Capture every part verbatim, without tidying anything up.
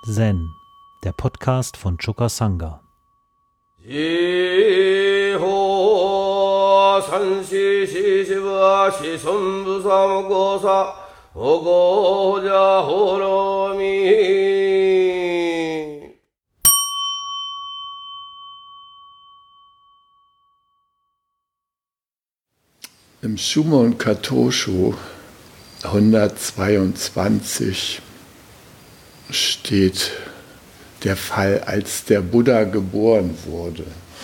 Zen, der Podcast von Choka Sangha. Im Shumon Katoshu hundertzweiundzwanzig steht der Fall, als der Buddha geboren wurde.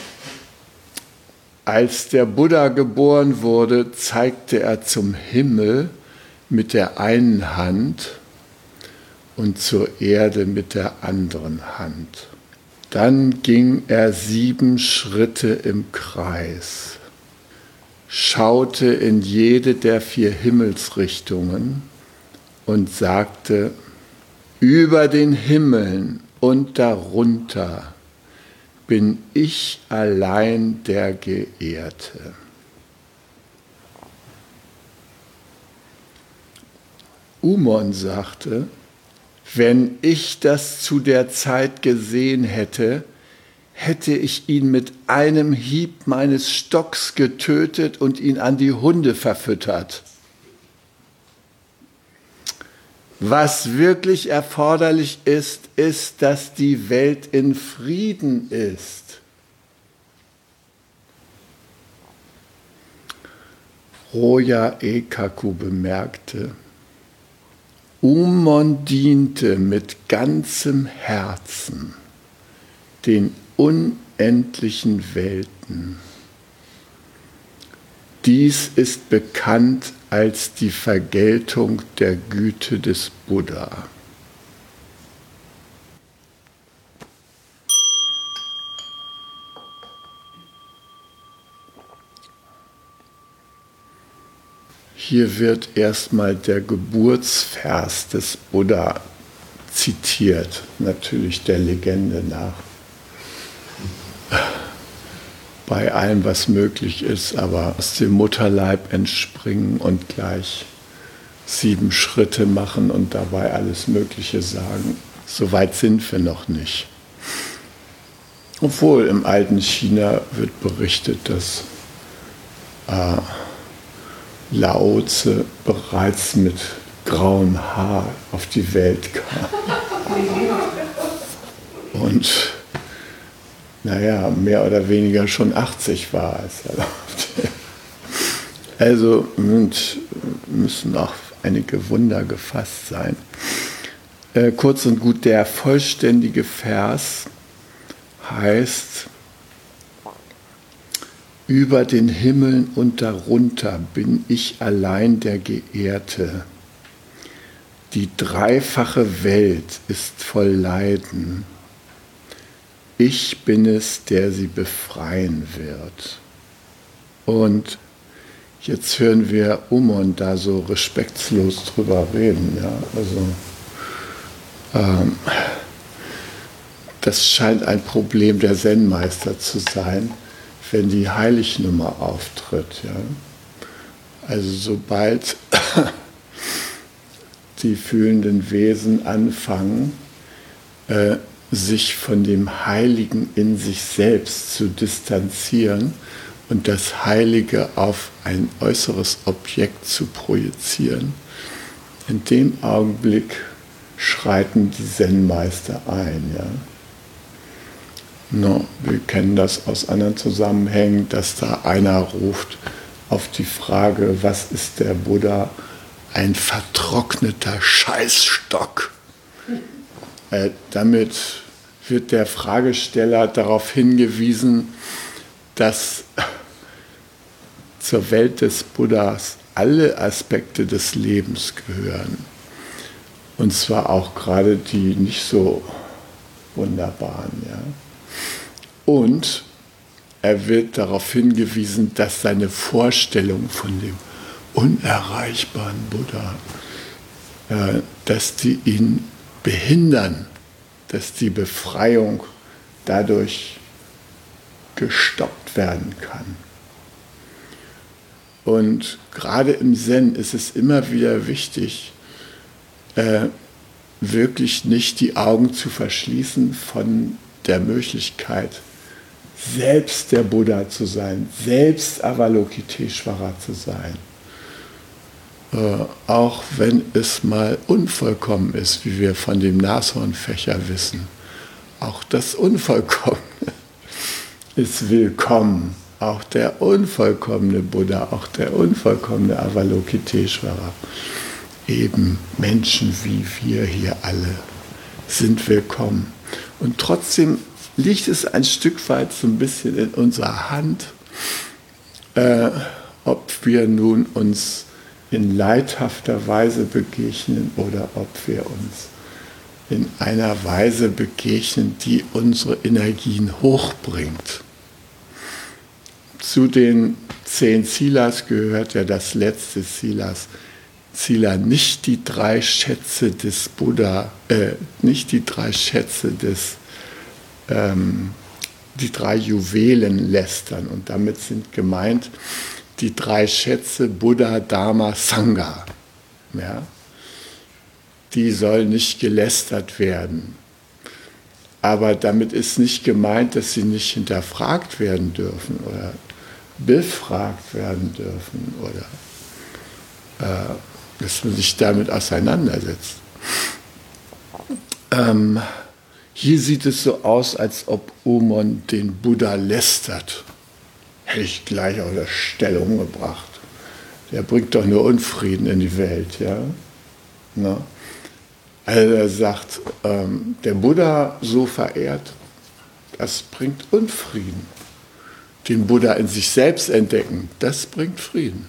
Als der Buddha geboren wurde, zeigte er zum Himmel mit der einen Hand und zur Erde mit der anderen Hand. Dann ging er sieben Schritte im Kreis, schaute in jede der vier Himmelsrichtungen und sagte: Über den Himmeln und darunter bin ich allein der Geehrte. Umon sagte: Wenn ich das zu der Zeit gesehen hätte, hätte ich ihn mit einem Hieb meines Stocks getötet und ihn an die Hunde verfüttert. Was wirklich erforderlich ist, ist, dass die Welt in Frieden ist. Roya Ekaku bemerkte: Umon diente mit ganzem Herzen den unendlichen Welten. Dies ist bekannt als die Vergeltung der Güte des Buddha. Hier wird erstmal der Geburtsvers des Buddha zitiert, natürlich der Legende nach. Bei allem, was möglich ist, aber aus dem Mutterleib entspringen und gleich sieben Schritte machen und dabei alles Mögliche sagen. So weit sind wir noch nicht. Obwohl im alten China wird berichtet, dass äh, Lao Tse bereits mit grauem Haar auf die Welt kam. Und naja, mehr oder weniger schon achtzig war, als er lebte. Also müssen auch einige Wunder gefasst sein. Äh, kurz und gut, der vollständige Vers heißt: Über den Himmeln und darunter bin ich allein der Geehrte. Die dreifache Welt ist voll Leiden. Ich bin es, der sie befreien wird. Und jetzt hören wir Umon da so respektlos drüber reden. Ja? Also, ähm, das scheint ein Problem der Zen-Meister zu sein, wenn die Heilignummer auftritt. Ja? Also sobald die fühlenden Wesen anfangen, äh, sich von dem Heiligen in sich selbst zu distanzieren und das Heilige auf ein äußeres Objekt zu projizieren. In dem Augenblick schreiten die Zen-Meister ein. Ja. No, wir kennen das aus anderen Zusammenhängen, dass da einer ruft auf die Frage, was ist der Buddha? Ein vertrockneter Scheißstock. Äh, damit wird der Fragesteller darauf hingewiesen, dass zur Welt des Buddhas alle Aspekte des Lebens gehören. Und zwar auch gerade die nicht so wunderbaren. Ja. Und er wird darauf hingewiesen, dass seine Vorstellung von dem unerreichbaren Buddha, äh, dass die ihn behindern, dass die Befreiung dadurch gestoppt werden kann. Und gerade im Zen ist es immer wieder wichtig, äh, wirklich nicht die Augen zu verschließen von der Möglichkeit, selbst der Buddha zu sein, selbst Avalokiteshvara zu sein. Äh, auch wenn es mal unvollkommen ist, wie wir von dem Nashornfächer wissen. Auch das Unvollkommene ist willkommen. Auch der unvollkommene Buddha, auch der unvollkommene Avalokiteshvara, eben Menschen wie wir hier alle, sind willkommen. Und trotzdem liegt es ein Stück weit so ein bisschen in unserer Hand, äh, ob wir nun uns in leidhafter Weise begegnen oder ob wir uns in einer Weise begegnen, die unsere Energien hochbringt. Zu den zehn Silas gehört ja das letzte Silas, Sila, nicht die drei Schätze des Buddha, äh, nicht die drei Schätze des, ähm, die drei Juwelen lästern. Und damit sind gemeint die drei Schätze Buddha, Dharma, Sangha. Ja? Die sollen nicht gelästert werden. Aber damit ist nicht gemeint, dass sie nicht hinterfragt werden dürfen oder befragt werden dürfen oder äh, dass man sich damit auseinandersetzt. Ähm, hier sieht es so aus, als ob Umon den Buddha lästert. Hätte ich gleich aus der Stellung gebracht. Der bringt doch nur Unfrieden in die Welt. Ja? Na? Also er sagt, ähm, der Buddha so verehrt, das bringt Unfrieden. Den Buddha in sich selbst entdecken, das bringt Frieden.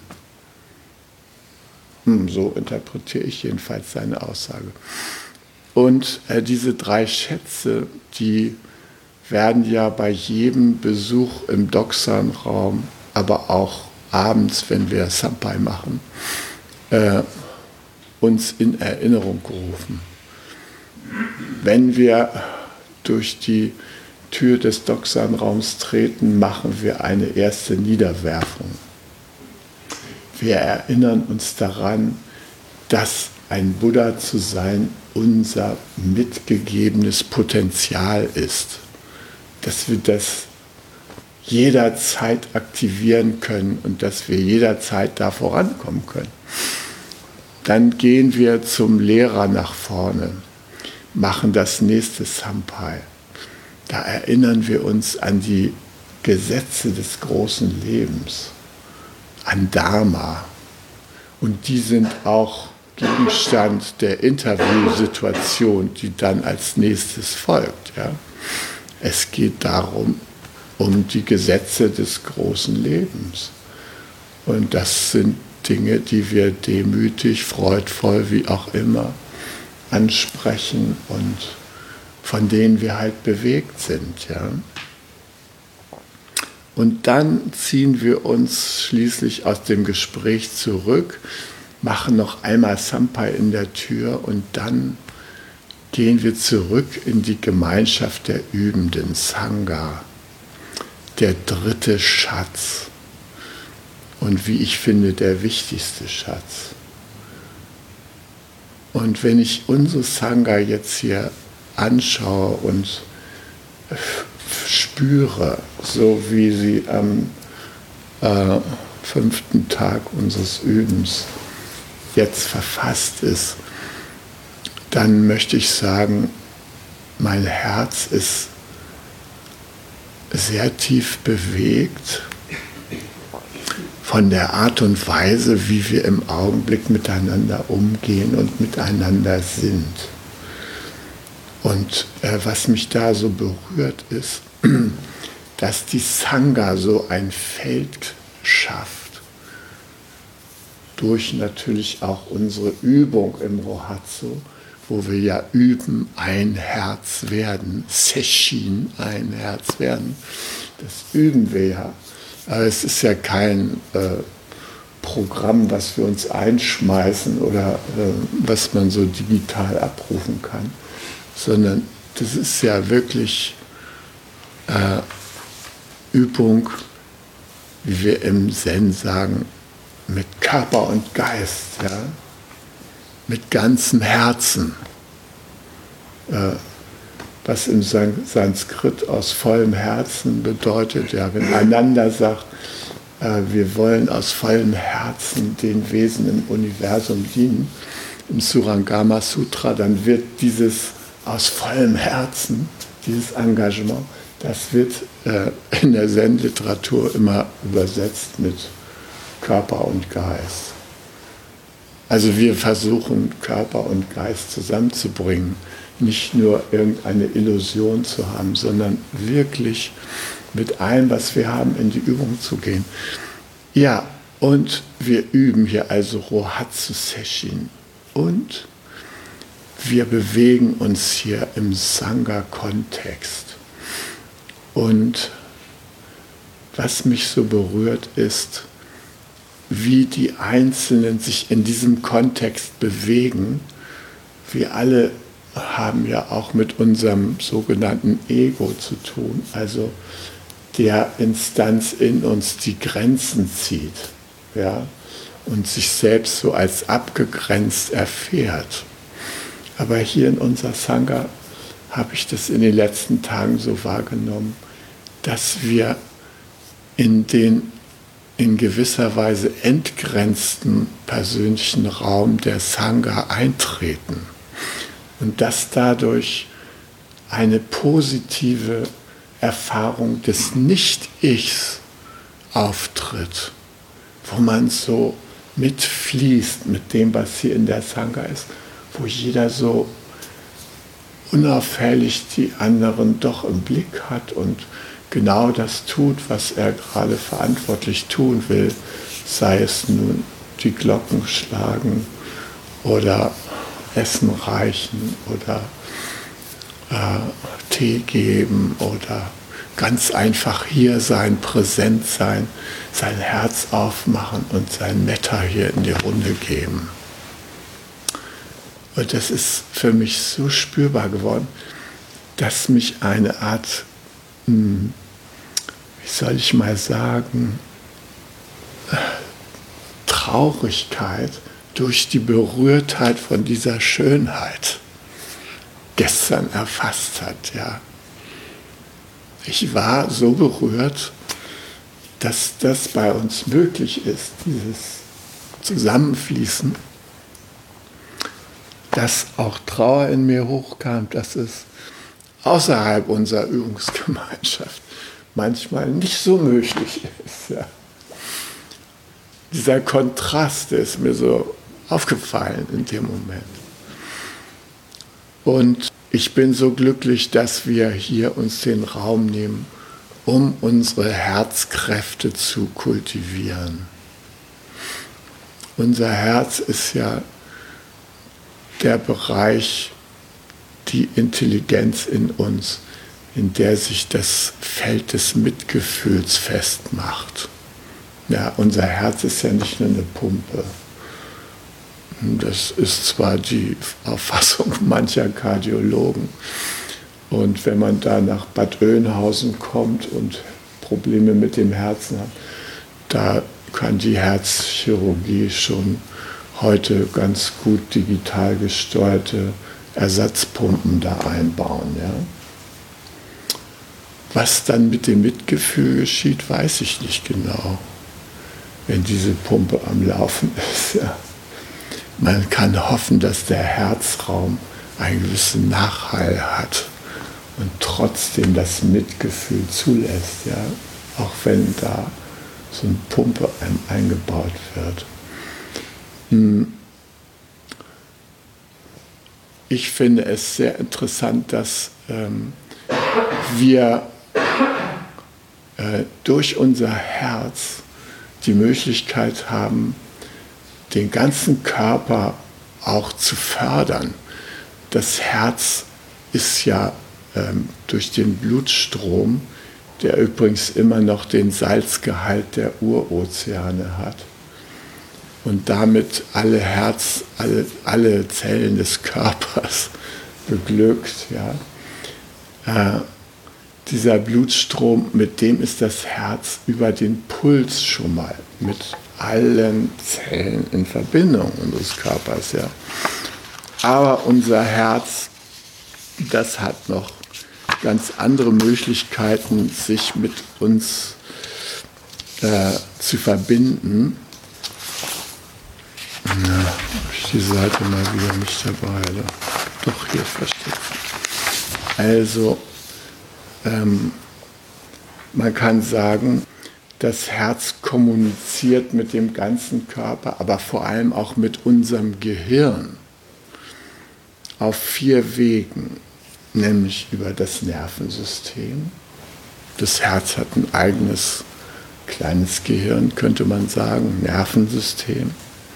Hm, so interpretiere ich jedenfalls seine Aussage. Und äh, diese drei Schätze, die werden ja bei jedem Besuch im Doksan-Raum, aber auch abends, wenn wir Sampai machen, äh, uns in Erinnerung gerufen. Wenn wir durch die Tür des Doksan-Raums treten, machen wir eine erste Niederwerfung. Wir erinnern uns daran, dass ein Buddha zu sein unser mitgegebenes Potenzial ist. Dass wir das jederzeit aktivieren können und dass wir jederzeit da vorankommen können. Dann gehen wir zum Lehrer nach vorne, machen das nächste Sampai. Da erinnern wir uns an die Gesetze des großen Lebens, an Dharma. Und die sind auch Gegenstand der Interviewsituation, die dann als nächstes folgt. Ja. Es geht darum, um die Gesetze des großen Lebens. Und das sind Dinge, die wir demütig, freudvoll, wie auch immer, ansprechen und von denen wir halt bewegt sind. Ja. Und dann ziehen wir uns schließlich aus dem Gespräch zurück, machen noch einmal Sampai in der Tür und dann gehen wir zurück in die Gemeinschaft der Übenden, Sangha, der dritte Schatz und wie ich finde, der wichtigste Schatz. Und wenn ich unsere Sangha jetzt hier anschaue und spüre, so wie sie am äh, fünften Tag unseres Übens jetzt verfasst ist, dann möchte ich sagen, mein Herz ist sehr tief bewegt von der Art und Weise, wie wir im Augenblick miteinander umgehen und miteinander sind. Und äh, was mich da so berührt ist, dass die Sangha so ein Feld schafft, durch natürlich auch unsere Übung im Rohatsu, wo wir ja üben, ein Herz werden, Sesshin, ein Herz werden. Das üben wir ja. Aber es ist ja kein äh, Programm, was wir uns einschmeißen oder äh, was man so digital abrufen kann, sondern das ist ja wirklich äh, Übung, wie wir im Zen sagen, mit Körper und Geist, ja? Mit ganzem Herzen. äh, was im Sanskrit aus vollem Herzen bedeutet. Ja, wenn Ananda sagt, äh, wir wollen aus vollem Herzen den Wesen im Universum dienen, im Surangama Sutra, dann wird dieses aus vollem Herzen, dieses Engagement, das wird äh, in der Zen-Literatur immer übersetzt mit Körper und Geist. Also wir versuchen, Körper und Geist zusammenzubringen, nicht nur irgendeine Illusion zu haben, sondern wirklich mit allem, was wir haben, in die Übung zu gehen. Ja, und wir üben hier also Rohatsu Sesshin. Und wir bewegen uns hier im Sangha-Kontext. Und was mich so berührt ist, wie die Einzelnen sich in diesem Kontext bewegen. Wir alle haben ja auch mit unserem sogenannten Ego zu tun, also der Instanz in uns, die Grenzen zieht, ja, und sich selbst so als abgegrenzt erfährt. Aber hier in unserer Sangha habe ich das in den letzten Tagen so wahrgenommen, dass wir in den in gewisser Weise entgrenzten persönlichen Raum der Sangha eintreten und dass dadurch eine positive Erfahrung des Nicht-Ichs auftritt, wo man so mitfließt mit dem, was hier in der Sangha ist, wo jeder so unauffällig die anderen doch im Blick hat und genau das tut, was er gerade verantwortlich tun will, sei es nun die Glocken schlagen oder Essen reichen oder äh, Tee geben oder ganz einfach hier sein, präsent sein, sein Herz aufmachen und sein Metta hier in die Runde geben. Und das ist für mich so spürbar geworden, dass mich eine Art, hm, wie soll ich mal sagen, Traurigkeit durch die Berührtheit von dieser Schönheit gestern erfasst hat. Ja. Ich war so berührt, dass das bei uns möglich ist, dieses Zusammenfließen, dass auch Trauer in mir hochkam, dass es außerhalb unserer Übungsgemeinschaft manchmal nicht so möglich ist. Ja. Dieser Kontrast ist mir so aufgefallen in dem Moment. Und ich bin so glücklich, dass wir hier uns den Raum nehmen, um unsere Herzkräfte zu kultivieren. Unser Herz ist ja der Bereich, die Intelligenz in uns, in der sich das Feld des Mitgefühls festmacht. Ja, unser Herz ist ja nicht nur eine Pumpe. Das ist zwar die Auffassung mancher Kardiologen. Und wenn man da nach Bad Oeynhausen kommt und Probleme mit dem Herzen hat, da kann die Herzchirurgie schon heute ganz gut digital gesteuerte Ersatzpumpen da einbauen. Ja. Was dann mit dem Mitgefühl geschieht, weiß ich nicht genau, wenn diese Pumpe am Laufen ist. Ja. Man kann hoffen, dass der Herzraum einen gewissen Nachhall hat und trotzdem das Mitgefühl zulässt, ja, auch wenn da so eine Pumpe einem eingebaut wird. Ich finde es sehr interessant, dass ähm, wir äh, durch unser Herz die Möglichkeit haben, den ganzen Körper auch zu fördern. Das Herz ist ja ähm, durch den Blutstrom, der übrigens immer noch den Salzgehalt der Urozeane hat und damit alle Herz, alle, alle Zellen des Körpers beglückt. Ja. Äh, dieser Blutstrom, mit dem ist das Herz über den Puls schon mal mit allen Zellen in Verbindung unseres Körpers. Ja. Aber unser Herz das hat noch ganz andere Möglichkeiten, sich mit uns äh, zu verbinden. Na, hab ich die Seite mal wieder nicht dabei, oder? Doch, hier versteckt. Also, ähm, man kann sagen, das Herz kommuniziert mit dem ganzen Körper, aber vor allem auch mit unserem Gehirn auf vier Wegen, nämlich über das Nervensystem. Das Herz hat ein eigenes kleines Gehirn, könnte man sagen, Nervensystem.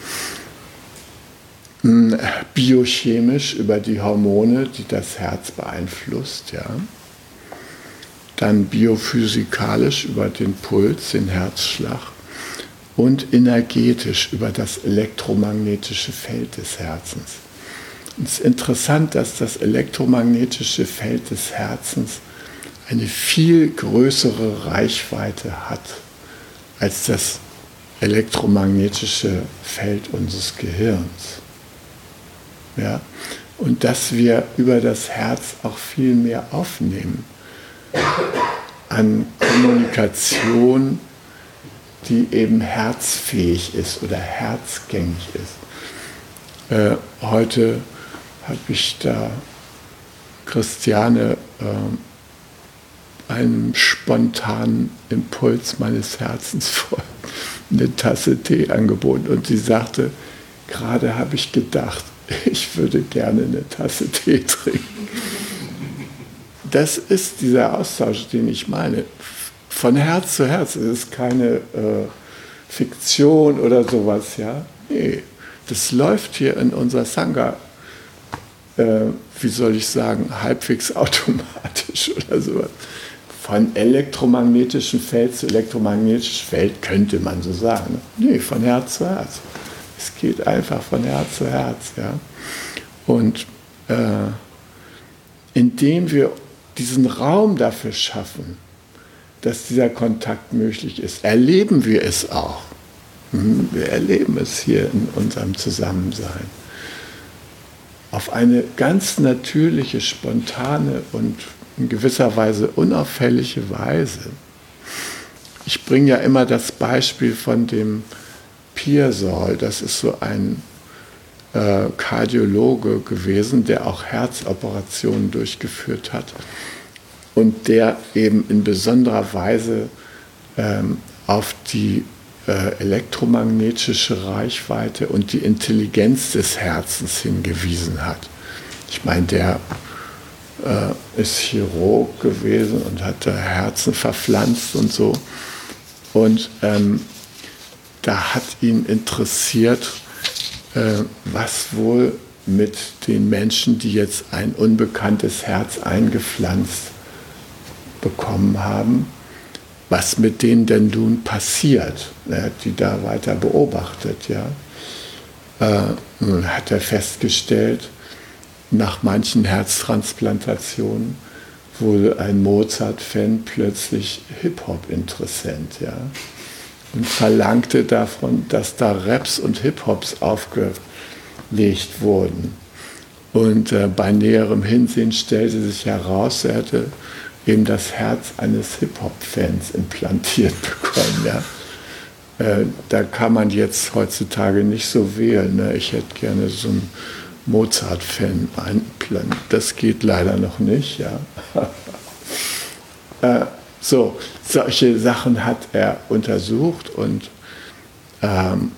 Biochemisch über die Hormone, die das Herz beeinflusst, ja. Dann biophysikalisch über den Puls, den Herzschlag und energetisch über das elektromagnetische Feld des Herzens. Und es ist interessant, dass das elektromagnetische Feld des Herzens eine viel größere Reichweite hat als das elektromagnetische Feld unseres Gehirns. Ja? Und dass wir über das Herz auch viel mehr aufnehmen an Kommunikation, die eben herzfähig ist oder herzgängig ist. Äh, heute habe ich da Christiane äh, einem spontanen Impuls meines Herzens vor eine Tasse Tee angeboten und sie sagte, gerade habe ich gedacht, ich würde gerne eine Tasse Tee trinken. Das ist dieser Austausch, den ich meine. Von Herz zu Herz. Es ist keine äh, Fiktion oder sowas. Ja? Nee, das läuft hier in unserer Sangha, äh, wie soll ich sagen, halbwegs automatisch oder sowas. Von elektromagnetischem Feld zu elektromagnetischem Feld könnte man so sagen. Nee, von Herz zu Herz. Es geht einfach von Herz zu Herz. Ja? Und äh, indem wir diesen Raum dafür schaffen, dass dieser Kontakt möglich ist, erleben wir es auch. Wir erleben es hier in unserem Zusammensein. Auf eine ganz natürliche, spontane und in gewisser Weise unauffällige Weise. Ich bringe ja immer das Beispiel von dem Pearsall, das ist so ein äh, Kardiologe gewesen, der auch Herzoperationen durchgeführt hat und der eben in besonderer Weise ähm, auf die äh, elektromagnetische Reichweite und die Intelligenz des Herzens hingewiesen hat. Ich meine, der äh, ist Chirurg gewesen und hatte Herzen verpflanzt und so. Und ähm, da hat ihn interessiert, äh, was wohl mit den Menschen, die jetzt ein unbekanntes Herz eingepflanzt bekommen haben, was mit denen denn nun passiert. Er hat die da weiter beobachtet. Ja. Äh, nun hat er festgestellt, nach manchen Herztransplantationen wurde ein Mozart-Fan plötzlich Hip-Hop-Interessent. Ja. Und verlangte davon, dass da Raps und Hip-Hops aufgelegt wurden. Und äh, bei näherem Hinsehen stellte sich heraus, er hatte eben das Herz eines Hip-Hop-Fans implantiert bekommen. Ja. Äh, da kann man jetzt heutzutage nicht so wählen. Ne? Ich hätte gerne so einen Mozart-Fan einplantiert. Das geht leider noch nicht. Ja. äh, So, solche Sachen hat er untersucht und ähm,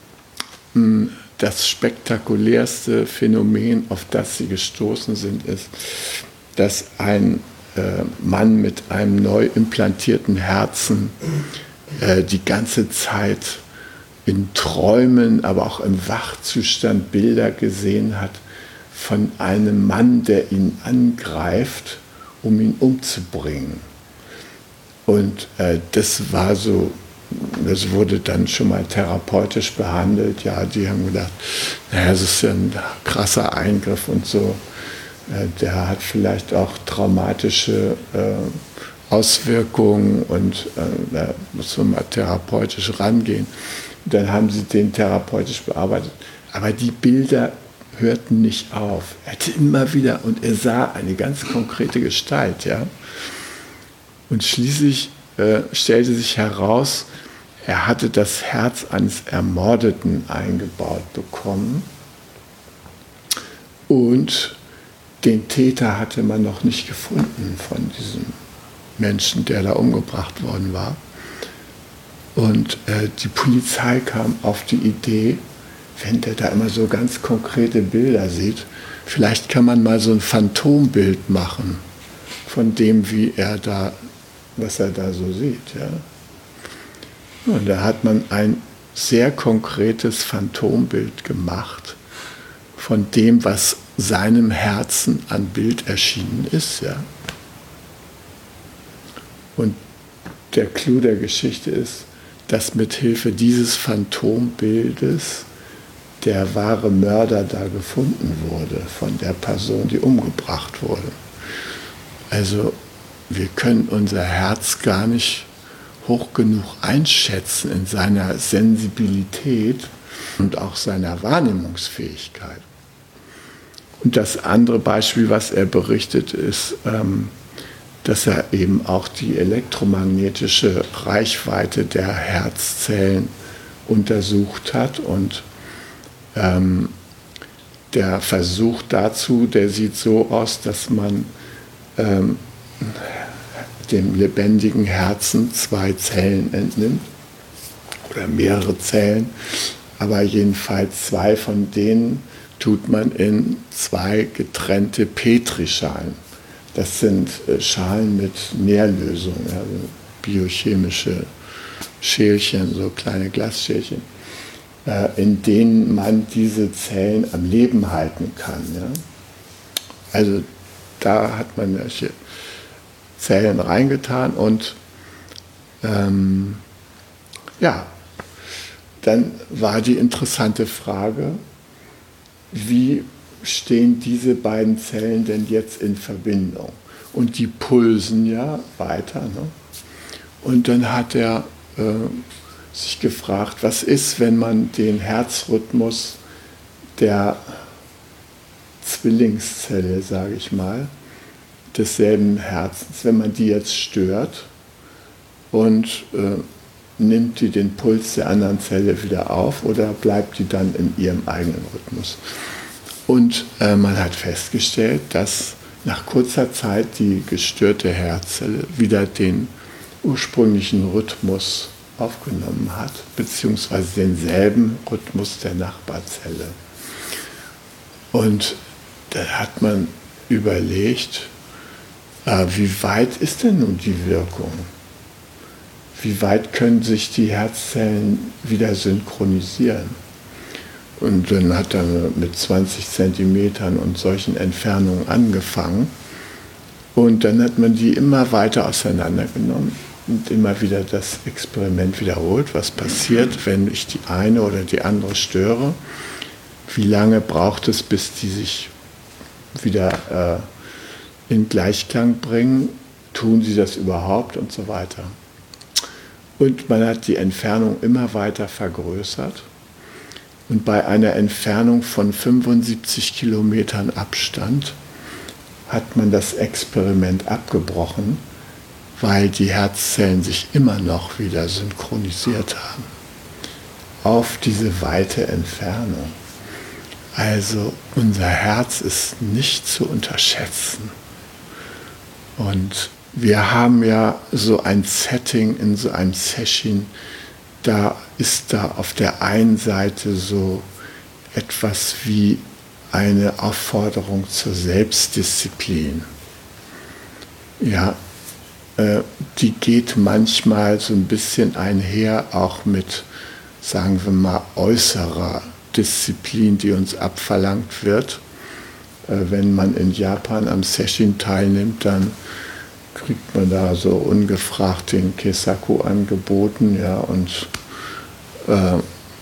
das spektakulärste Phänomen, auf das sie gestoßen sind, ist, dass ein äh, Mann mit einem neu implantierten Herzen äh, die ganze Zeit in Träumen, aber auch im Wachzustand Bilder gesehen hat von einem Mann, der ihn angreift, um ihn umzubringen. Und äh, das war so, das wurde dann schon mal therapeutisch behandelt. Ja, die haben gedacht, naja, das ist ja ein krasser Eingriff und so. Äh, der hat vielleicht auch traumatische äh, Auswirkungen und äh, da muss man mal therapeutisch rangehen. Und dann haben sie den therapeutisch bearbeitet. Aber die Bilder hörten nicht auf. Er hatte immer wieder, und er sah eine ganz konkrete Gestalt, ja. Und schließlich äh, stellte sich heraus, er hatte das Herz eines Ermordeten eingebaut bekommen und den Täter hatte man noch nicht gefunden von diesem Menschen, der da umgebracht worden war. Und äh, die Polizei kam auf die Idee, wenn der da immer so ganz konkrete Bilder sieht, vielleicht kann man mal so ein Phantombild machen von dem, wie er da, was er da so sieht. Ja. Und da hat man ein sehr konkretes Phantombild gemacht von dem, was seinem Herzen an Bild erschienen ist. Ja. Und der Clou der Geschichte ist, dass mit Hilfe dieses Phantombildes der wahre Mörder da gefunden wurde von der Person, die umgebracht wurde. Also wir können unser Herz gar nicht hoch genug einschätzen in seiner Sensibilität und auch seiner Wahrnehmungsfähigkeit. Und das andere Beispiel, was er berichtet, ist, ähm, dass er eben auch die elektromagnetische Reichweite der Herzzellen untersucht hat. Und ähm, der Versuch dazu, der sieht so aus, dass man ähm, dem lebendigen Herzen zwei Zellen entnimmt oder mehrere Zellen, aber jedenfalls zwei von denen tut man in zwei getrennte Petrischalen. Das sind äh, Schalen mit Nährlösung, also biochemische Schälchen, so kleine Glasschälchen, äh, in denen man diese Zellen am Leben halten kann. Ja? Also da hat man solche Zellen reingetan und ähm, ja, dann war die interessante Frage, wie stehen diese beiden Zellen denn jetzt in Verbindung? Und die pulsen ja weiter. Ne? Und dann hat er äh, sich gefragt, was ist, wenn man den Herzrhythmus der Zwillingszelle, sage ich mal, desselben Herzens, wenn man die jetzt stört und äh, nimmt die den Puls der anderen Zelle wieder auf oder bleibt die dann in ihrem eigenen Rhythmus? Und äh, man hat festgestellt, dass nach kurzer Zeit die gestörte Herzzelle wieder den ursprünglichen Rhythmus aufgenommen hat, beziehungsweise denselben Rhythmus der Nachbarzelle. Und da hat man überlegt, äh, wie weit ist denn nun die Wirkung? Wie weit können sich die Herzzellen wieder synchronisieren? Und dann hat er mit zwanzig Zentimetern und solchen Entfernungen angefangen. Und dann hat man die immer weiter auseinandergenommen und immer wieder das Experiment wiederholt. Was passiert, wenn ich die eine oder die andere störe? Wie lange braucht es, bis die sich wieder äh, in Gleichklang bringen? Tun sie das überhaupt und so weiter? Und man hat die Entfernung immer weiter vergrößert. Und bei einer Entfernung von fünfundsiebzig Kilometern Abstand hat man das Experiment abgebrochen, weil die Herzzellen sich immer noch wieder synchronisiert haben auf diese weite Entfernung. Also unser Herz ist nicht zu unterschätzen. Und wir haben ja so ein Setting in so einem Session, da ist da auf der einen Seite so etwas wie eine Aufforderung zur Selbstdisziplin. Ja, äh, die geht manchmal so ein bisschen einher, auch mit, sagen wir mal, äußerer Disziplin, die uns abverlangt wird. Äh, wenn man in Japan am Sesshin teilnimmt, dann kriegt man da so ungefragt den Keisaku angeboten, ja, und äh,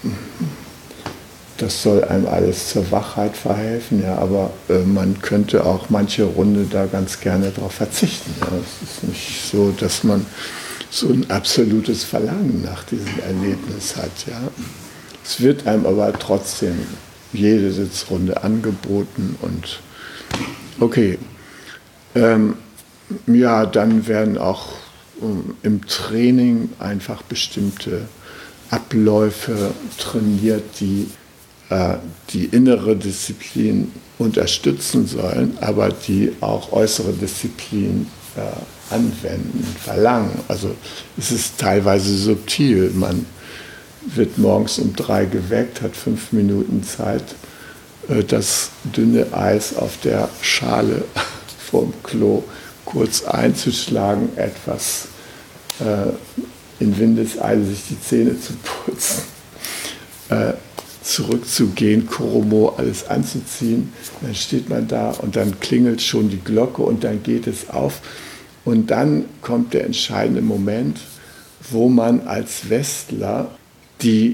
das soll einem alles zur Wachheit verhelfen, ja, aber äh, man könnte auch manche Runde da ganz gerne darauf verzichten. Ja. Es ist nicht so, dass man so ein absolutes Verlangen nach diesem Erlebnis hat. Ja. Es wird einem aber trotzdem jede Sitzrunde angeboten und okay. Ähm, ja, dann werden auch ähm, im Training einfach bestimmte Abläufe trainiert, die äh, die innere Disziplin unterstützen sollen, aber die auch äußere Disziplin äh, anwenden, verlangen. Also es ist teilweise subtil. Man wird morgens um drei geweckt, hat fünf Minuten Zeit, äh, das dünne Eis auf der Schale vorm Klo kurz einzuschlagen, etwas äh, in Windeseile sich die Zähne zu putzen, äh, zurückzugehen, Koromo, alles anzuziehen. Dann steht man da und dann klingelt schon die Glocke und dann geht es auf. Und dann kommt der entscheidende Moment, wo man als Westler die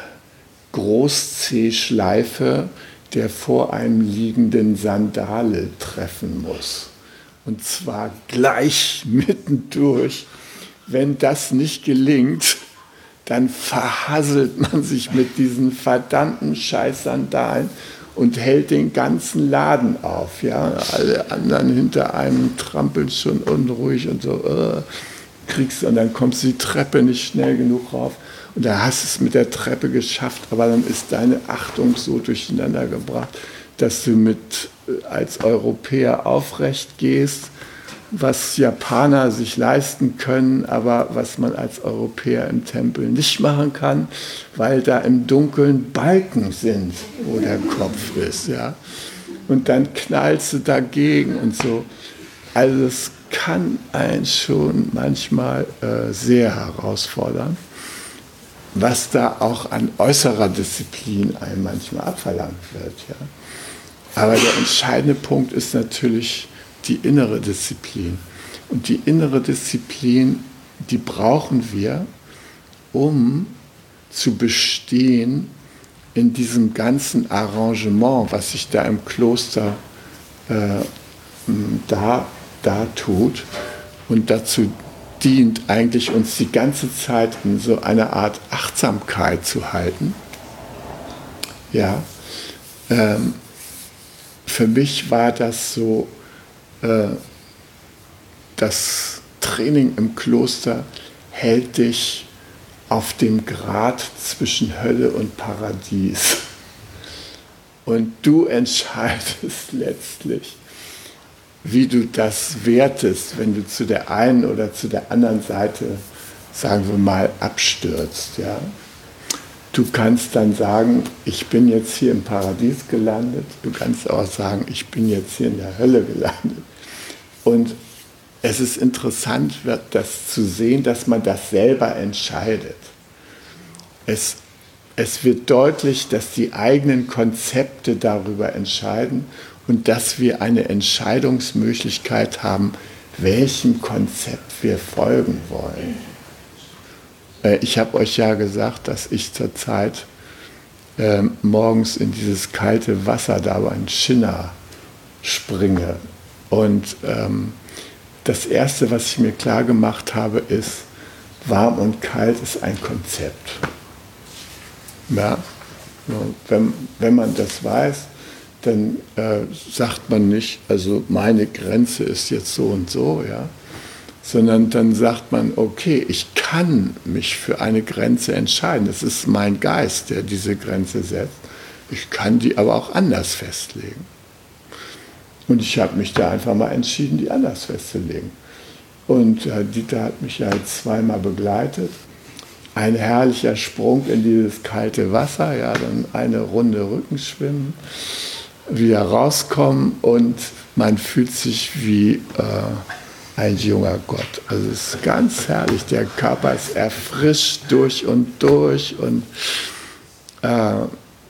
Groß-C-Schleife der vor einem liegenden Sandale treffen muss. Und zwar gleich mittendurch. Wenn das nicht gelingt, dann verhasselt man sich mit diesen verdammten Scheiß-Sandalen und hält den ganzen Laden auf. Ja? Alle anderen hinter einem trampeln schon unruhig und so. Uh, kriegst, und dann kommst du die Treppe nicht schnell genug rauf. Und da hast du es mit der Treppe geschafft, aber dann ist deine Achtung so durcheinander gebracht, dass du mit als Europäer aufrecht gehst, was Japaner sich leisten können, aber was man als Europäer im Tempel nicht machen kann, weil da im Dunkeln Balken sind, wo der Kopf ist. Ja? Und dann knallst du dagegen und so. Also es kann einen schon manchmal äh, sehr herausfordern, was da auch an äußerer Disziplin einem manchmal abverlangt wird. Ja? Aber der entscheidende Punkt ist natürlich die innere Disziplin. Und die innere Disziplin, die brauchen wir, um zu bestehen in diesem ganzen Arrangement, was sich da im Kloster äh, da, da tut. Und dazu dient eigentlich, uns die ganze Zeit in so einer Art Achtsamkeit zu halten. Ja, ähm, für mich war das so, äh, das Training im Kloster hält dich auf dem Grat zwischen Hölle und Paradies. Und du entscheidest letztlich, wie du das wertest, wenn du zu der einen oder zu der anderen Seite, sagen wir mal, abstürzt. Ja? Du kannst dann sagen, ich bin jetzt hier im Paradies gelandet. Du kannst auch sagen, ich bin jetzt hier in der Hölle gelandet. Und es ist interessant, das zu sehen, dass man das selber entscheidet. Es, es wird deutlich, dass die eigenen Konzepte darüber entscheiden und dass wir eine Entscheidungsmöglichkeit haben, welchem Konzept wir folgen wollen. Ich habe euch ja gesagt, dass ich zurzeit äh, morgens in dieses kalte Wasser da beim Chinna springe. Und ähm, das Erste, was ich mir klar gemacht habe, ist, warm und kalt ist ein Konzept. Ja? Wenn, wenn man das weiß, dann äh, sagt man nicht, also meine Grenze ist jetzt so und so, ja, sondern dann sagt man, okay, ich kann mich für eine Grenze entscheiden. Es ist mein Geist, der diese Grenze setzt. Ich kann die aber auch anders festlegen. Und ich habe mich da einfach mal entschieden, die anders festzulegen. Und äh, Dieter hat mich ja jetzt zweimal begleitet. Ein herrlicher Sprung in dieses kalte Wasser, ja, dann eine Runde Rückenschwimmen, wieder rauskommen und man fühlt sich wie äh, ein junger Gott. Also es ist ganz herrlich. Der Körper ist erfrischt durch und durch und äh,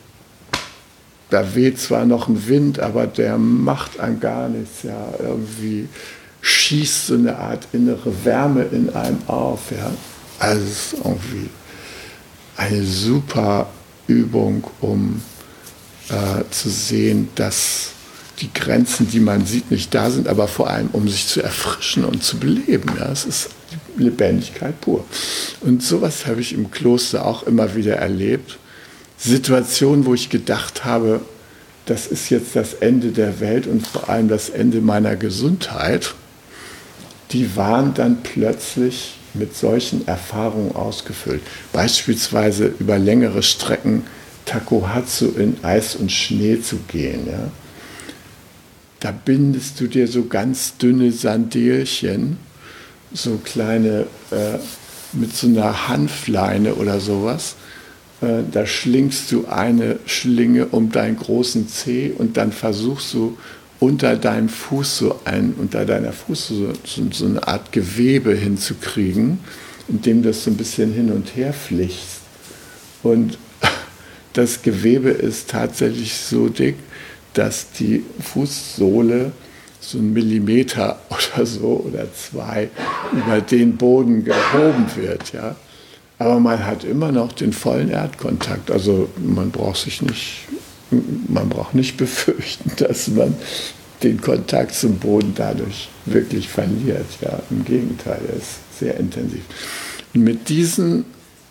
da weht zwar noch ein Wind, aber der macht an gar nichts. Ja. Irgendwie schießt so eine Art innere Wärme in einem auf. Ja. Also es ist irgendwie eine super Übung, um äh, zu sehen, dass die Grenzen, die man sieht, nicht da sind, aber vor allem, um sich zu erfrischen und zu beleben. Ja. Es ist Lebendigkeit pur. Und sowas habe ich im Kloster auch immer wieder erlebt. Situationen, wo ich gedacht habe, das ist jetzt das Ende der Welt und vor allem das Ende meiner Gesundheit, die waren dann plötzlich mit solchen Erfahrungen ausgefüllt. Beispielsweise über längere Strecken Takuhatsu in Eis und Schnee zu gehen. Ja. Da bindest du dir so ganz dünne Sandelchen, so kleine, äh, mit so einer Hanfleine oder sowas. Äh, da schlingst du eine Schlinge um deinen großen Zeh und dann versuchst du unter deinem Fuß so ein, unter deiner Fuß so, so, so eine Art Gewebe hinzukriegen, indem du das so ein bisschen hin und her flichst. Und das Gewebe ist tatsächlich so dick, dass die Fußsohle so einen Millimeter oder so oder zwei über den Boden gehoben wird. Ja. Aber man hat immer noch den vollen Erdkontakt. Also man braucht sich nicht, man braucht nicht befürchten, dass man den Kontakt zum Boden dadurch wirklich verliert. Ja. Im Gegenteil, er ist sehr intensiv. Und mit diesen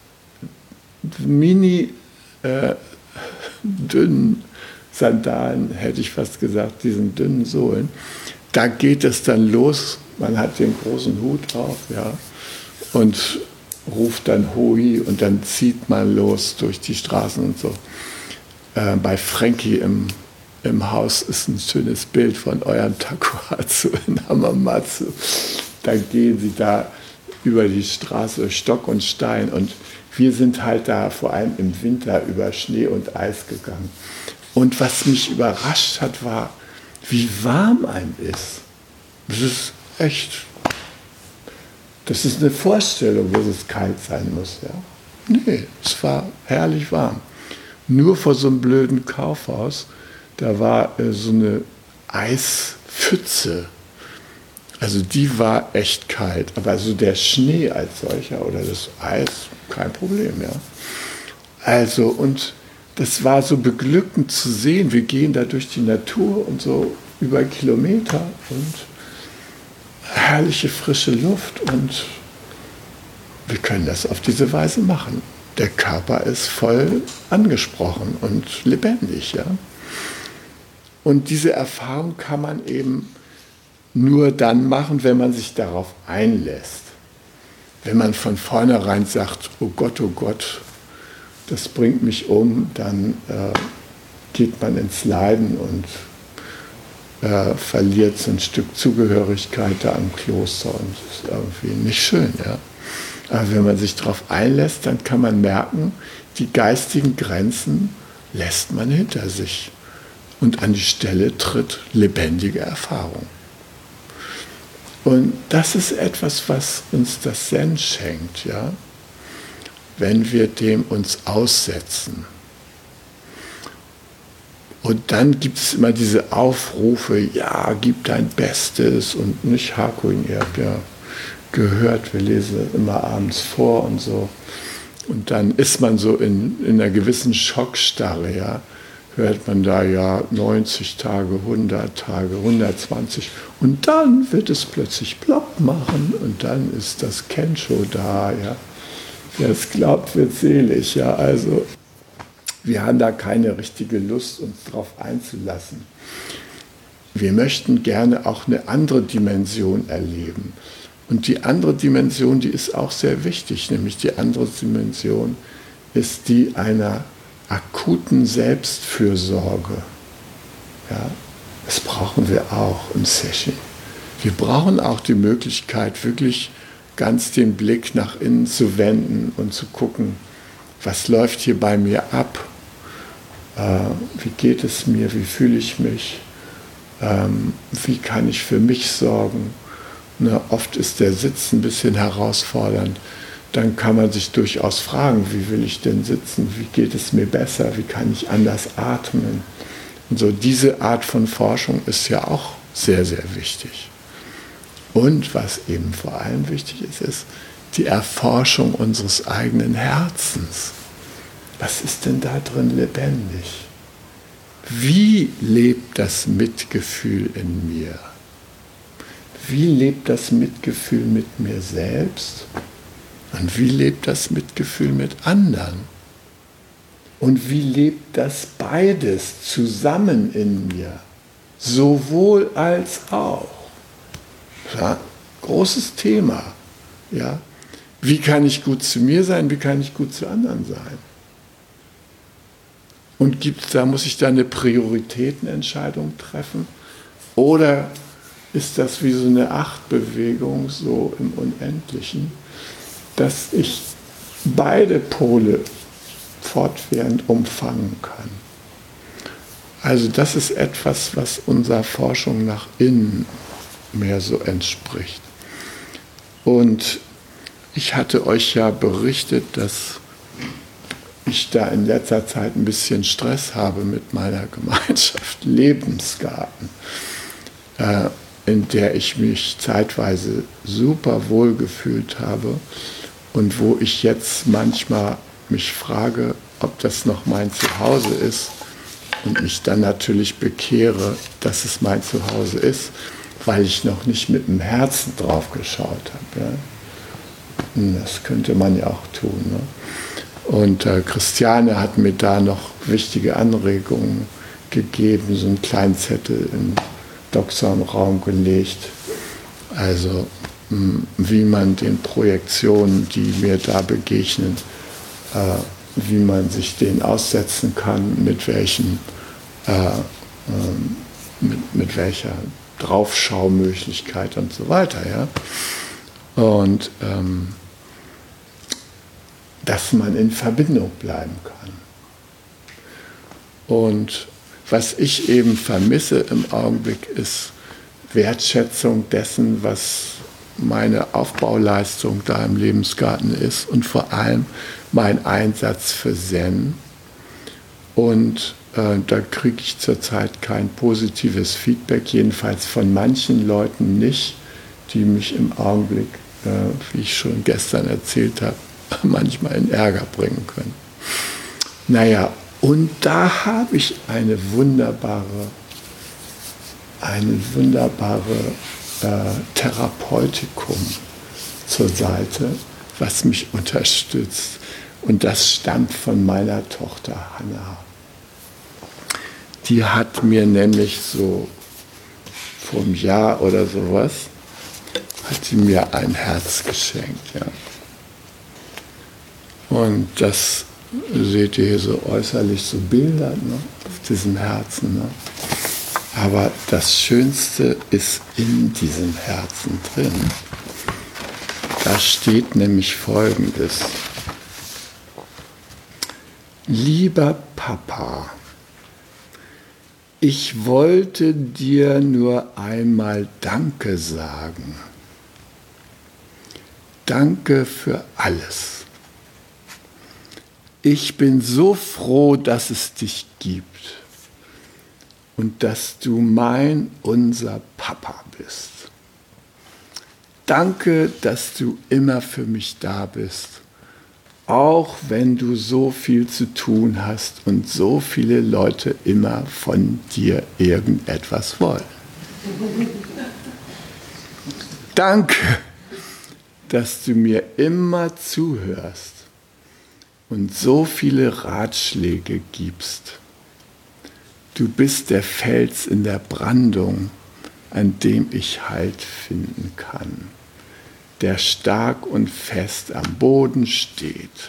mini äh, dünnen Sandalen, hätte ich fast gesagt, diesen dünnen Sohlen, da geht es dann los. Man hat den großen Hut auf, ja, und ruft dann Hui und dann zieht man los durch die Straßen und so. Äh, bei Frankie im, im Haus ist ein schönes Bild von eurem Takuhatsu in Hamamatsu. Da gehen sie da über die Straße, Stock und Stein, und wir sind halt da vor allem im Winter über Schnee und Eis gegangen. Und was mich überrascht hat, war, wie warm einem ist. Das ist echt, das ist eine Vorstellung, dass es kalt sein muss. Ja? Nee, es war herrlich warm. Nur vor so einem blöden Kaufhaus, da war äh, so eine Eispfütze. Also die war echt kalt. Aber so der Schnee als solcher oder das Eis, kein Problem. Ja? Also, und das war so beglückend zu sehen. Wir gehen da durch die Natur und so über Kilometer und herrliche frische Luft, und wir können das auf diese Weise machen. Der Körper ist voll angesprochen und lebendig. Ja? Und diese Erfahrung kann man eben nur dann machen, wenn man sich darauf einlässt. Wenn man von vornherein sagt, oh Gott, oh Gott, das bringt mich um, dann äh, geht man ins Leiden und äh, verliert so ein Stück Zugehörigkeit da am Kloster, und das ist irgendwie nicht schön. Ja? Aber wenn man sich darauf einlässt, dann kann man merken, die geistigen Grenzen lässt man hinter sich und an die Stelle tritt lebendige Erfahrung. Und das ist etwas, was uns das Zen schenkt, ja? Wenn wir dem uns aussetzen. Und dann gibt es immer diese Aufrufe, ja, gib dein Bestes, und nicht Hakuin, ihr habt ja gehört, wir lesen immer abends vor und so. Und dann ist man so in, in einer gewissen Schockstarre, ja, hört man da ja neunzig Tage, hundert Tage, hundertzwanzig, und dann wird es plötzlich plopp machen und dann ist das Kensho da, ja. Wer es glaubt, wird selig. Ja, also wir haben da keine richtige Lust, uns darauf einzulassen. Wir möchten gerne auch eine andere Dimension erleben. Und die andere Dimension, die ist auch sehr wichtig, nämlich die andere Dimension ist die einer akuten Selbstfürsorge. Ja, das brauchen wir auch im Sesshin. Wir brauchen auch die Möglichkeit, wirklich ganz den Blick nach innen zu wenden und zu gucken, was läuft hier bei mir ab, äh, wie geht es mir, wie fühle ich mich, ähm, wie kann ich für mich sorgen. Ne, oft ist der Sitz ein bisschen herausfordernd. Dann kann man sich durchaus fragen, wie will ich denn sitzen, wie geht es mir besser, wie kann ich anders atmen. Und so diese Art von Forschung ist ja auch sehr, sehr wichtig. Und was eben vor allem wichtig ist, ist die Erforschung unseres eigenen Herzens. Was ist denn da drin lebendig? Wie lebt das Mitgefühl in mir? Wie lebt das Mitgefühl mit mir selbst? Und wie lebt das Mitgefühl mit anderen? Und wie lebt das beides zusammen in mir? Sowohl als auch. Ja, großes Thema. Ja. Wie kann ich gut zu mir sein? Wie kann ich gut zu anderen sein? Und gibt's da, muss ich da eine Prioritätenentscheidung treffen? Oder ist das wie so eine Achtbewegung, so im Unendlichen, dass ich beide Pole fortwährend umfangen kann? Also das ist etwas, was unserer Forschung nach innen mehr so entspricht. Und ich hatte euch ja berichtet, dass ich da in letzter Zeit ein bisschen Stress habe mit meiner Gemeinschaft Lebensgarten, äh, in der ich mich zeitweise super wohl gefühlt habe und wo ich jetzt manchmal mich frage, ob das noch mein Zuhause ist und mich dann natürlich bekehre, dass es mein Zuhause ist, weil ich noch nicht mit dem Herzen drauf geschaut habe. Ja? Das könnte man ja auch tun. Ne? Und äh, Christiane hat mir da noch wichtige Anregungen gegeben, so einen kleinen Zettel in Doxa-Raum gelegt. Also mh, wie man den Projektionen, die mir da begegnen, äh, wie man sich denen aussetzen kann, mit welchen, äh, äh, mit, mit welcher Draufschaumöglichkeit und so weiter. Ja? Und ähm, dass man in Verbindung bleiben kann. Und was ich eben vermisse im Augenblick ist Wertschätzung dessen, was meine Aufbauleistung da im Lebensgarten ist und vor allem mein Einsatz für Zen. Und äh, da kriege ich zurzeit kein positives Feedback, jedenfalls von manchen Leuten nicht, die mich im Augenblick, äh, wie ich schon gestern erzählt habe, manchmal in Ärger bringen können. Naja, und da habe ich eine wunderbare, eine wunderbare äh, Therapeutikum zur Seite, was mich unterstützt. Und das stammt von meiner Tochter Hannah. Die hat mir nämlich so vor einem Jahr oder sowas, hat sie mir ein Herz geschenkt. Ja. Und das seht ihr hier so äußerlich, so Bilder, ne, auf diesem Herzen. Ne. Aber das Schönste ist in diesem Herzen drin. Da steht nämlich Folgendes. Lieber Papa, ich wollte dir nur einmal Danke sagen. Danke für alles. Ich bin so froh, dass es dich gibt und dass du mein, unser Papa bist. Danke, dass du immer für mich da bist, auch wenn du so viel zu tun hast und so viele Leute immer von dir irgendetwas wollen. Danke, dass du mir immer zuhörst und so viele Ratschläge gibst. Du bist der Fels in der Brandung, an dem ich Halt finden kann, der stark und fest am Boden steht.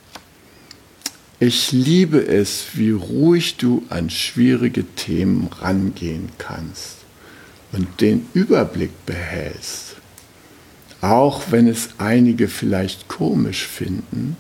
Ich liebe es, wie ruhig du an schwierige Themen rangehen kannst und den Überblick behältst. Auch wenn es einige vielleicht komisch finden,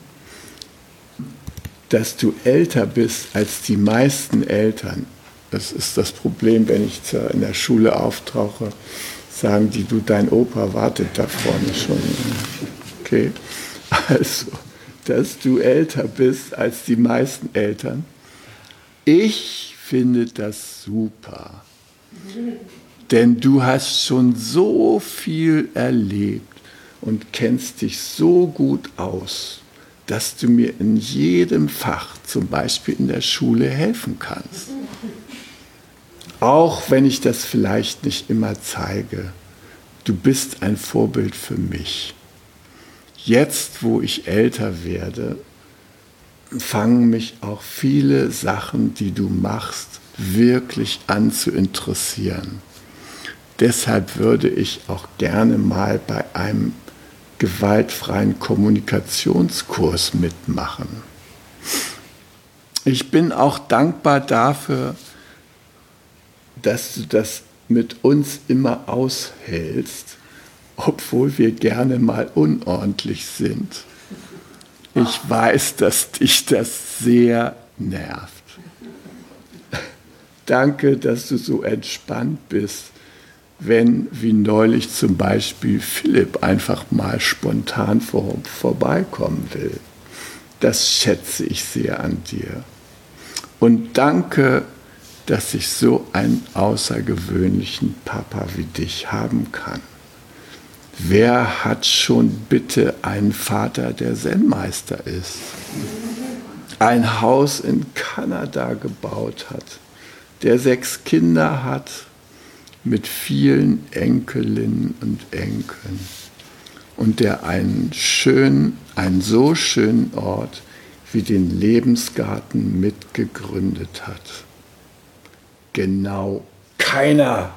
dass du älter bist als die meisten Eltern. Das ist das Problem, wenn ich in der Schule auftauche, sagen die, du, dein Opa wartet da vorne schon. Okay, also, dass du älter bist als die meisten Eltern. Ich finde das super, denn du hast schon so viel erlebt und kennst dich so gut aus, dass du mir in jedem Fach, zum Beispiel in der Schule, helfen kannst. Auch wenn ich das vielleicht nicht immer zeige, du bist ein Vorbild für mich. Jetzt, wo ich älter werde, fangen mich auch viele Sachen, die du machst, wirklich an zu interessieren. Deshalb würde ich auch gerne mal bei einem gewaltfreien Kommunikationskurs mitmachen. Ich bin auch dankbar dafür, dass du das mit uns immer aushältst, obwohl wir gerne mal unordentlich sind. Ich weiß, dass dich das sehr nervt. Danke, dass du so entspannt bist, wenn, wie neulich zum Beispiel, Philipp einfach mal spontan vor, vorbeikommen will. Das schätze ich sehr an dir. Und danke, dass ich so einen außergewöhnlichen Papa wie dich haben kann. Wer hat schon bitte einen Vater, der Zen-Meister ist, ein Haus in Kanada gebaut hat, der sechs Kinder hat, mit vielen Enkelinnen und Enkeln und der einen schönen, einen so schönen Ort wie den Lebensgarten mitgegründet hat? Genau keiner.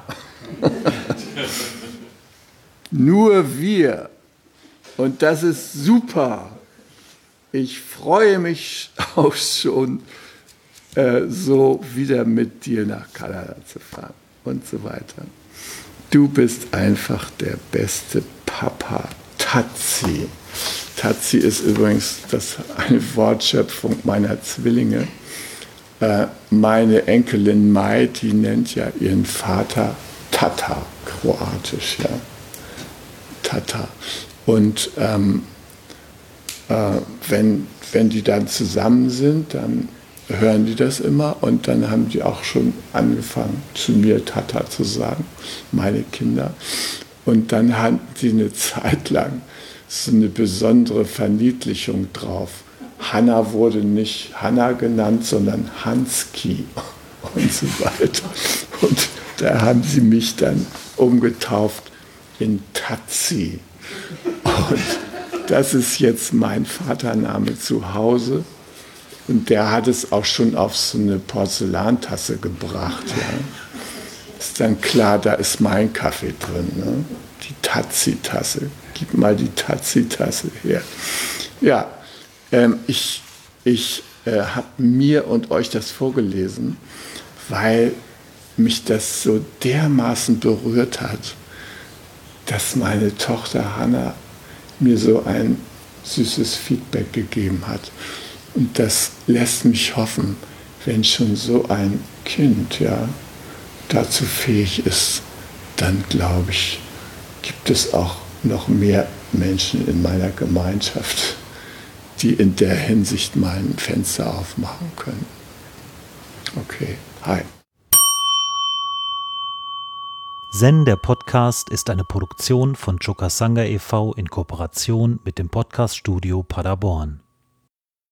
Nur wir. Und das ist super. Ich freue mich auch schon, äh, so wieder mit dir nach Kanada zu fahren und so weiter. Du bist einfach der beste Papa. Tatsi. Tatsi ist übrigens das eine Wortschöpfung meiner Zwillinge. Äh, meine Enkelin Mai, die nennt ja ihren Vater Tata, kroatisch, ja. Tata. Und ähm, äh, wenn, wenn die dann zusammen sind, dann hören die das immer und dann haben die auch schon angefangen, zu mir Tata zu sagen, meine Kinder. Und dann hatten die eine Zeit lang so eine besondere Verniedlichung drauf. Hanna wurde nicht Hanna genannt, sondern Hanski und so weiter. Und da haben sie mich dann umgetauft in Tatsi. Und das ist jetzt mein Vatername zu Hause. Und der hat es auch schon auf so eine Porzellantasse gebracht. Ja. Ist dann klar, da ist mein Kaffee drin. Ne? Die Tatsi-Tasse. Gib mal die Tatsi-Tasse her. Ja, ähm, ich, ich äh, habe mir und euch das vorgelesen, weil mich das so dermaßen berührt hat, dass meine Tochter Hanna mir so ein süßes Feedback gegeben hat. Und das lässt mich hoffen, wenn schon so ein Kind ja, dazu fähig ist, dann glaube ich, gibt es auch noch mehr Menschen in meiner Gemeinschaft, die in der Hinsicht mal ein Fenster aufmachen können. Okay, hi. Zen, der Podcast, ist eine Produktion von Chokasanga e V in Kooperation mit dem Podcaststudio Paderborn.